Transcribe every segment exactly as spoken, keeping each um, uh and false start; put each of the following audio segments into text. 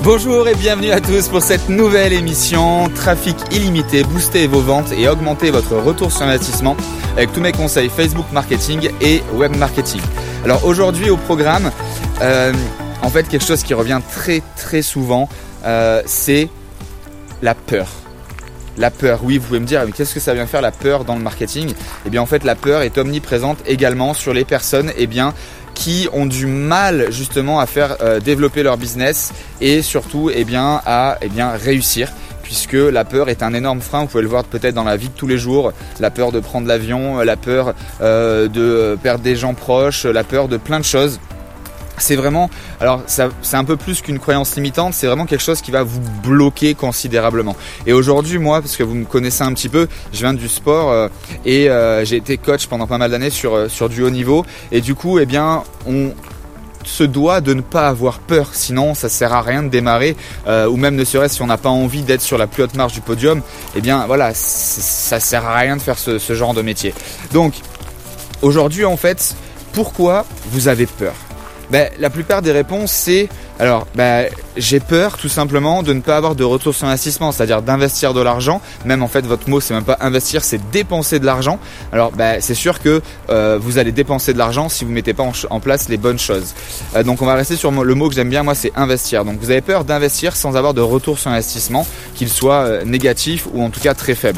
Bonjour et bienvenue à tous pour cette nouvelle émission Trafic illimité, boostez vos ventes et augmentez votre retour sur investissement avec tous mes conseils Facebook marketing et web marketing. Alors aujourd'hui au programme, euh, en fait quelque chose qui revient très très souvent, euh, c'est la peur. La peur, oui, vous pouvez me dire, mais qu'est-ce que ça vient faire la peur dans le marketing ? Eh bien en fait la peur est omniprésente également sur les personnes eh bien, qui ont du mal justement à faire euh, développer leur business et surtout eh bien, à eh bien, réussir. Puisque la peur est un énorme frein, vous pouvez le voir peut-être dans la vie de tous les jours, la peur de prendre l'avion, la peur euh, de perdre des gens proches, la peur de plein de choses. C'est vraiment, alors ça, c'est un peu plus qu'une croyance limitante, c'est vraiment quelque chose qui va vous bloquer considérablement. Et aujourd'hui, moi, parce que vous me connaissez un petit peu, je viens du sport euh, et euh, j'ai été coach pendant pas mal d'années sur sur du haut niveau. Et du coup, eh bien, on se doit de ne pas avoir peur, sinon ça sert à rien de démarrer, euh, ou même ne serait-ce si on n'a pas envie d'être sur la plus haute marche du podium, eh bien voilà, ça sert à rien de faire ce, ce genre de métier. Donc aujourd'hui en fait, pourquoi vous avez peur ? Ben, la plupart des réponses c'est alors ben, j'ai peur tout simplement de ne pas avoir de retour sur investissement, c'est-à-dire d'investir de l'argent. Même en fait votre mot c'est même pas investir, c'est dépenser de l'argent. Alors ben, c'est sûr que euh, vous allez dépenser de l'argent si vous mettez pas en, en place les bonnes choses. Euh, donc on va rester sur le mot que j'aime bien, moi c'est investir. Donc vous avez peur d'investir sans avoir de retour sur investissement, qu'il soit euh, négatif ou en tout cas très faible.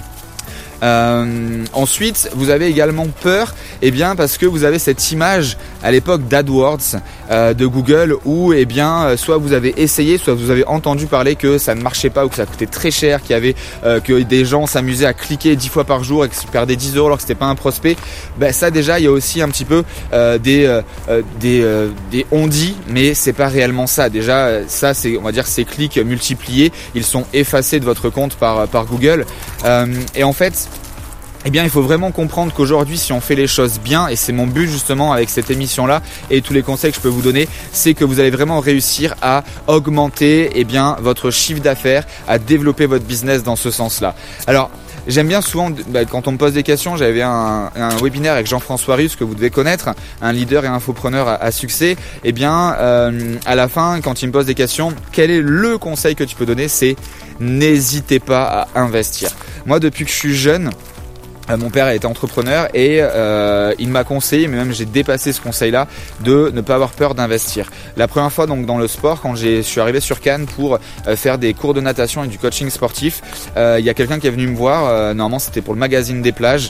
Euh, ensuite, vous avez également peur, eh bien parce que vous avez cette image à l'époque d'AdWords euh, de Google où eh bien soit vous avez essayé, soit vous avez entendu parler que ça ne marchait pas ou que ça coûtait très cher, qu'il y avait euh, que des gens s'amusaient à cliquer dix fois par jour et qu'ils perdaient dix euros alors que c'était pas un prospect. Ben ça déjà il y a aussi un petit peu euh, des euh, des euh, des on-dit, mais c'est pas réellement ça. Déjà ça c'est on va dire ces clics multipliés, ils sont effacés de votre compte par par Google euh, et en fait eh bien, il faut vraiment comprendre qu'aujourd'hui, si on fait les choses bien, et c'est mon but justement avec cette émission-là et tous les conseils que je peux vous donner, c'est que vous allez vraiment réussir à augmenter eh bien, votre chiffre d'affaires, à développer votre business dans ce sens-là. Alors, j'aime bien souvent, bah, quand on me pose des questions, j'avais un, un webinaire avec Jean-François Rius que vous devez connaître, un leader et infopreneur à, à succès. Eh bien, euh, à la fin, quand il me pose des questions, quel est le conseil que tu peux donner ? C'est n'hésitez pas à investir. Moi, depuis que je suis jeune, Euh, mon père a été entrepreneur et euh, il m'a conseillé, mais même j'ai dépassé ce conseil-là, de ne pas avoir peur d'investir. La première fois donc dans le sport, quand j'ai, je suis arrivé sur Cannes pour euh, faire des cours de natation et du coaching sportif, euh, il y a quelqu'un qui est venu me voir, euh, normalement c'était pour le magazine des plages.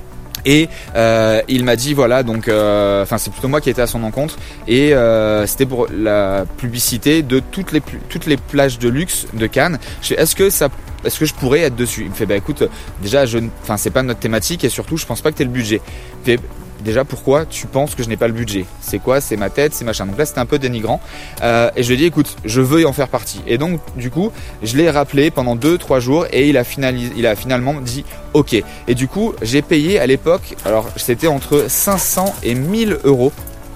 Et euh, il m'a dit voilà donc euh, enfin c'est plutôt moi qui étais à son encontre et euh, c'était pour la publicité de toutes les toutes les plages de luxe de Cannes. Je fais est-ce que ça est-ce que je pourrais être dessus ? Il me fait bah écoute déjà je enfin c'est pas notre thématique et surtout je pense pas que tu aies le budget. Il me fait, déjà pourquoi tu penses que je n'ai pas le budget ? C'est quoi ? C'est ma tête, c'est machin. Donc là c'était un peu dénigrant euh, et je lui ai dit écoute je veux en faire partie. Et donc du coup je l'ai rappelé pendant deux trois jours et il a finalisé, il a finalement dit ok. Et du coup j'ai payé à l'époque, alors c'était entre cinq cents et mille euros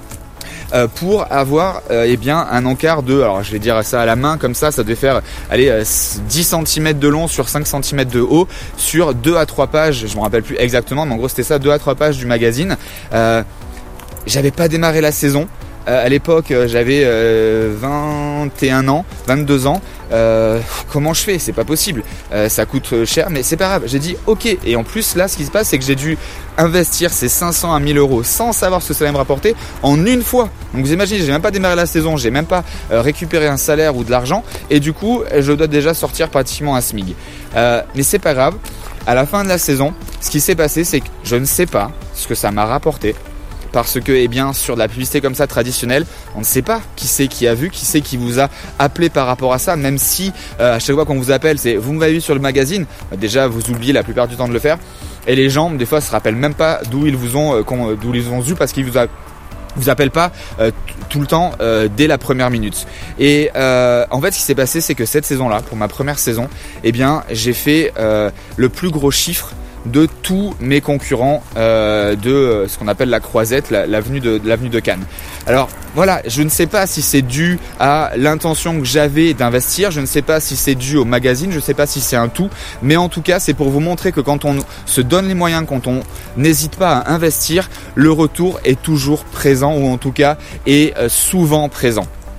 Euh, pour avoir euh, eh bien un encart de, alors je vais dire ça à la main comme ça, ça devait faire allez, euh, dix centimètres de long sur cinq centimètres de haut sur deux à trois pages, je me rappelle plus exactement mais en gros c'était ça, deux à trois pages du magazine. Euh, j'avais pas démarré la saison. Euh, à l'époque, euh, j'avais euh, vingt et un ans, vingt-deux ans. Euh, comment je fais ? C'est pas possible. Euh, ça coûte cher, mais c'est pas grave. J'ai dit ok. Et en plus, là, ce qui se passe, c'est que j'ai dû investir ces cinq cents à mille euros sans savoir ce que ça allait me rapporter en une fois. Donc vous imaginez, j'ai même pas démarré la saison, j'ai même pas euh, récupéré un salaire ou de l'argent. Et du coup, je dois déjà sortir pratiquement un SMIC. Euh, mais c'est pas grave. À la fin de la saison, ce qui s'est passé, c'est que je ne sais pas ce que ça m'a rapporté. Parce que eh bien, sur de la publicité comme ça traditionnelle, on ne sait pas qui c'est qui a vu, qui c'est qui vous a appelé par rapport à ça. Même si euh, à chaque fois qu'on vous appelle, c'est vous m'avez vu sur le magazine, bah, déjà vous oubliez la plupart du temps de le faire. Et les gens, des fois, se rappellent même pas d'où ils vous ont, euh, d'où ils vous ont vu parce qu'ils vous a vous appellent pas euh, t- tout le temps euh, dès la première minute. Et euh, en fait, ce qui s'est passé, c'est que cette saison-là, pour ma première saison, eh bien, j'ai fait euh, le plus gros chiffre de tous mes concurrents euh, de euh, ce qu'on appelle la croisette, la, l'avenue de, de l'avenue de Cannes. Alors voilà, je ne sais pas si c'est dû à l'intention que j'avais d'investir, je ne sais pas si c'est dû au magazine, je ne sais pas si c'est un tout, mais en tout cas c'est pour vous montrer que quand on se donne les moyens, quand on n'hésite pas à investir, le retour est toujours présent ou en tout cas est euh, souvent présent.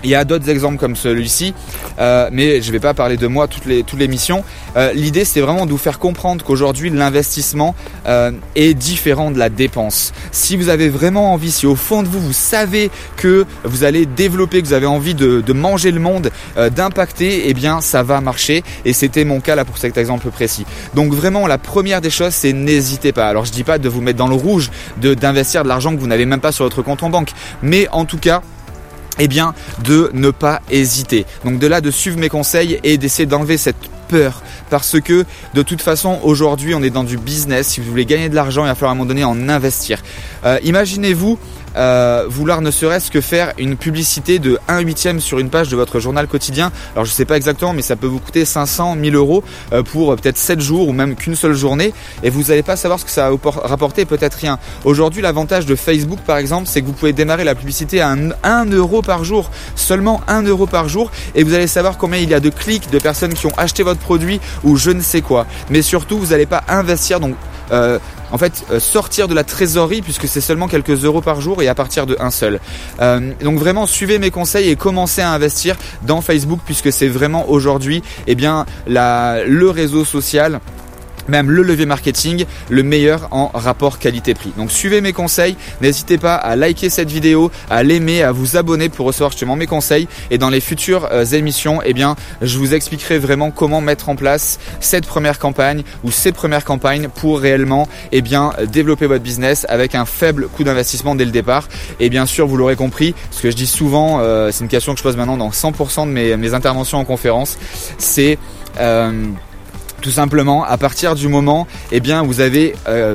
Il y a d'autres exemples comme celui-ci, euh, mais je ne vais pas parler de moi toutes les, toutes les missions. Euh, l'idée, c'est vraiment de vous faire comprendre qu'aujourd'hui, l'investissement euh, est différent de la dépense. Si vous avez vraiment envie, si au fond de vous, vous savez que vous allez développer, que vous avez envie de, de manger le monde, euh, d'impacter, eh bien, ça va marcher. Et c'était mon cas là pour cet exemple précis. Donc vraiment, la première des choses, c'est n'hésitez pas. Alors, je ne dis pas de vous mettre dans le rouge, de, d'investir de l'argent que vous n'avez même pas sur votre compte en banque. Mais en tout cas, eh bien, de ne pas hésiter. Donc de là, de suivre mes conseils et d'essayer d'enlever cette peur. Parce que de toute façon, aujourd'hui, on est dans du business. Si vous voulez gagner de l'argent, il va falloir à un moment donné en investir. Euh, imaginez-vous euh, vouloir ne serait-ce que faire une publicité de un huitième sur une page de votre journal quotidien. Alors je ne sais pas exactement, mais ça peut vous coûter cinq cents, mille euros euh, pour peut-être sept jours ou même qu'une seule journée. Et vous n'allez pas savoir ce que ça va vous rapporter, peut-être rien. Aujourd'hui, l'avantage de Facebook, par exemple, c'est que vous pouvez démarrer la publicité à un euro par jour. Seulement un euro par jour. Et vous allez savoir combien il y a de clics, de personnes qui ont acheté votre produit ou je ne sais quoi. Mais surtout, vous n'allez pas investir. Donc, euh, en fait, euh, sortir de la trésorerie puisque c'est seulement quelques euros par jour et à partir de un seul. Euh, donc vraiment, suivez mes conseils et commencez à investir dans Facebook puisque c'est vraiment aujourd'hui, eh bien, la, le réseau social, même le levier marketing, le meilleur en rapport qualité-prix. Donc suivez mes conseils, n'hésitez pas à liker cette vidéo, à l'aimer, à vous abonner pour recevoir justement mes conseils. Et dans les futures euh, émissions, eh bien, je vous expliquerai vraiment comment mettre en place cette première campagne ou ces premières campagnes pour réellement eh bien, développer votre business avec un faible coût d'investissement dès le départ. Et bien sûr, vous l'aurez compris, ce que je dis souvent, euh, c'est une question que je pose maintenant dans cent pour cent de mes, mes interventions en conférence, c'est... Euh, tout simplement, à partir du moment eh bien, vous avez euh,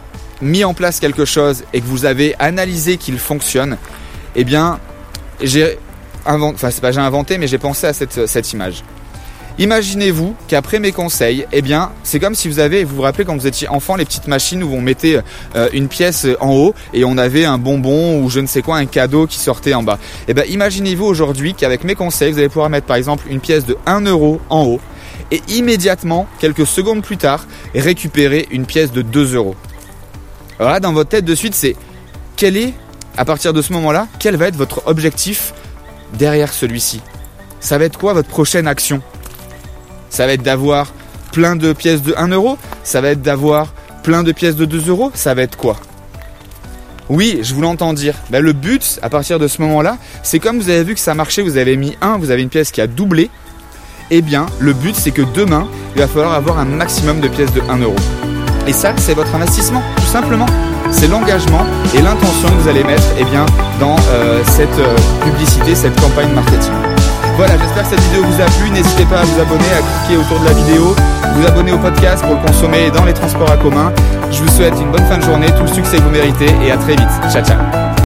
mis en place quelque chose et que vous avez analysé qu'il fonctionne, eh bien, j'ai inventé, enfin c'est pas j'ai inventé, mais j'ai pensé à cette, cette image. Imaginez-vous qu'après mes conseils, eh bien, c'est comme si vous avez, vous vous rappelez quand vous étiez enfant, les petites machines où on mettait euh, une pièce en haut et on avait un bonbon ou je ne sais quoi, un cadeau qui sortait en bas. Eh bien, imaginez-vous aujourd'hui qu'avec mes conseils, vous allez pouvoir mettre par exemple une pièce de un euro en haut et immédiatement, quelques secondes plus tard, récupérer une pièce de deux euros. Alors là, dans votre tête de suite, c'est quel est, à partir de ce moment-là, quel va être votre objectif derrière celui-ci? Ça va être quoi votre prochaine action? Ça va être d'avoir plein de pièces de un euro? Ça va être d'avoir plein de pièces de deux euros? Ça va être quoi? Oui, je vous l'entends dire. Ben, le but, à partir de ce moment-là, c'est comme vous avez vu que ça marchait, vous avez mis un, vous avez une pièce qui a doublé. Eh bien, le but, c'est que demain, il va falloir avoir un maximum de pièces de un euro. Et ça, c'est votre investissement, tout simplement. C'est l'engagement et l'intention que vous allez mettre eh bien, dans euh, cette euh, publicité, cette campagne marketing. Voilà, j'espère que cette vidéo vous a plu. N'hésitez pas à vous abonner, à cliquer autour de la vidéo, vous abonner au podcast pour le consommer dans les transports en commun. Je vous souhaite une bonne fin de journée, tout le succès que vous méritez et à très vite. Ciao, ciao.